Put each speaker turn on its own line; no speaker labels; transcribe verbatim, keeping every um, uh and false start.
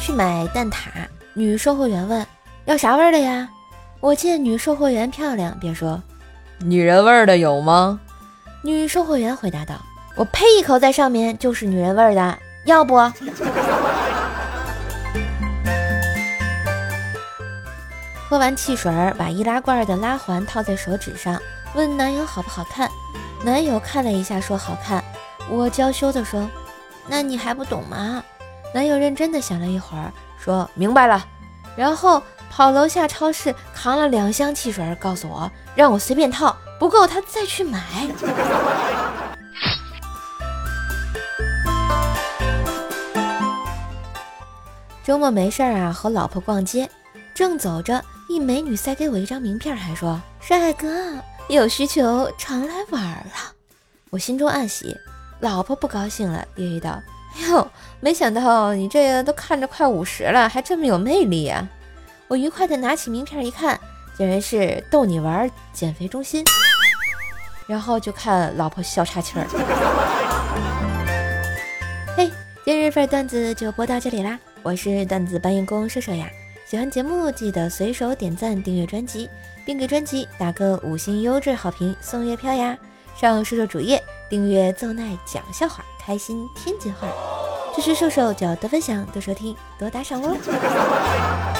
去买蛋挞，女售货员问要啥味儿的呀？我见女售货员漂亮，便说
女人味儿的有吗？
女售货员回答道，我呸一口在上面就是女人味儿的，要不？喝完汽水，把易拉罐的拉环套在手指上，问男友好不好看。男友看了一下说好看。我娇羞地说，那你还不懂吗？男友认真地想了一会儿，说明白了，然后跑楼下超市扛了两箱汽水，告诉我让我随便套，不够他再去买。周末没事啊，和老婆逛街，正走着，一美女塞给我一张名片，还说帅哥有需求常来玩啊。我心中暗喜，老婆不高兴了，揶揄道，哎呦，没想到你这个都看着快五十了，还这么有魅力啊。我愉快地拿起名片一看，竟然是逗你玩减肥中心，然后就看老婆笑岔气儿。嘿，今日份段子就播到这里啦，我是段子搬运工射手呀。喜欢节目记得随手点赞订阅专辑，并给专辑打个五星优质好评送月票呀。上射手主页订阅奏奈讲笑话，开心天津话，支持射手就要多分享多收听多打赏哦。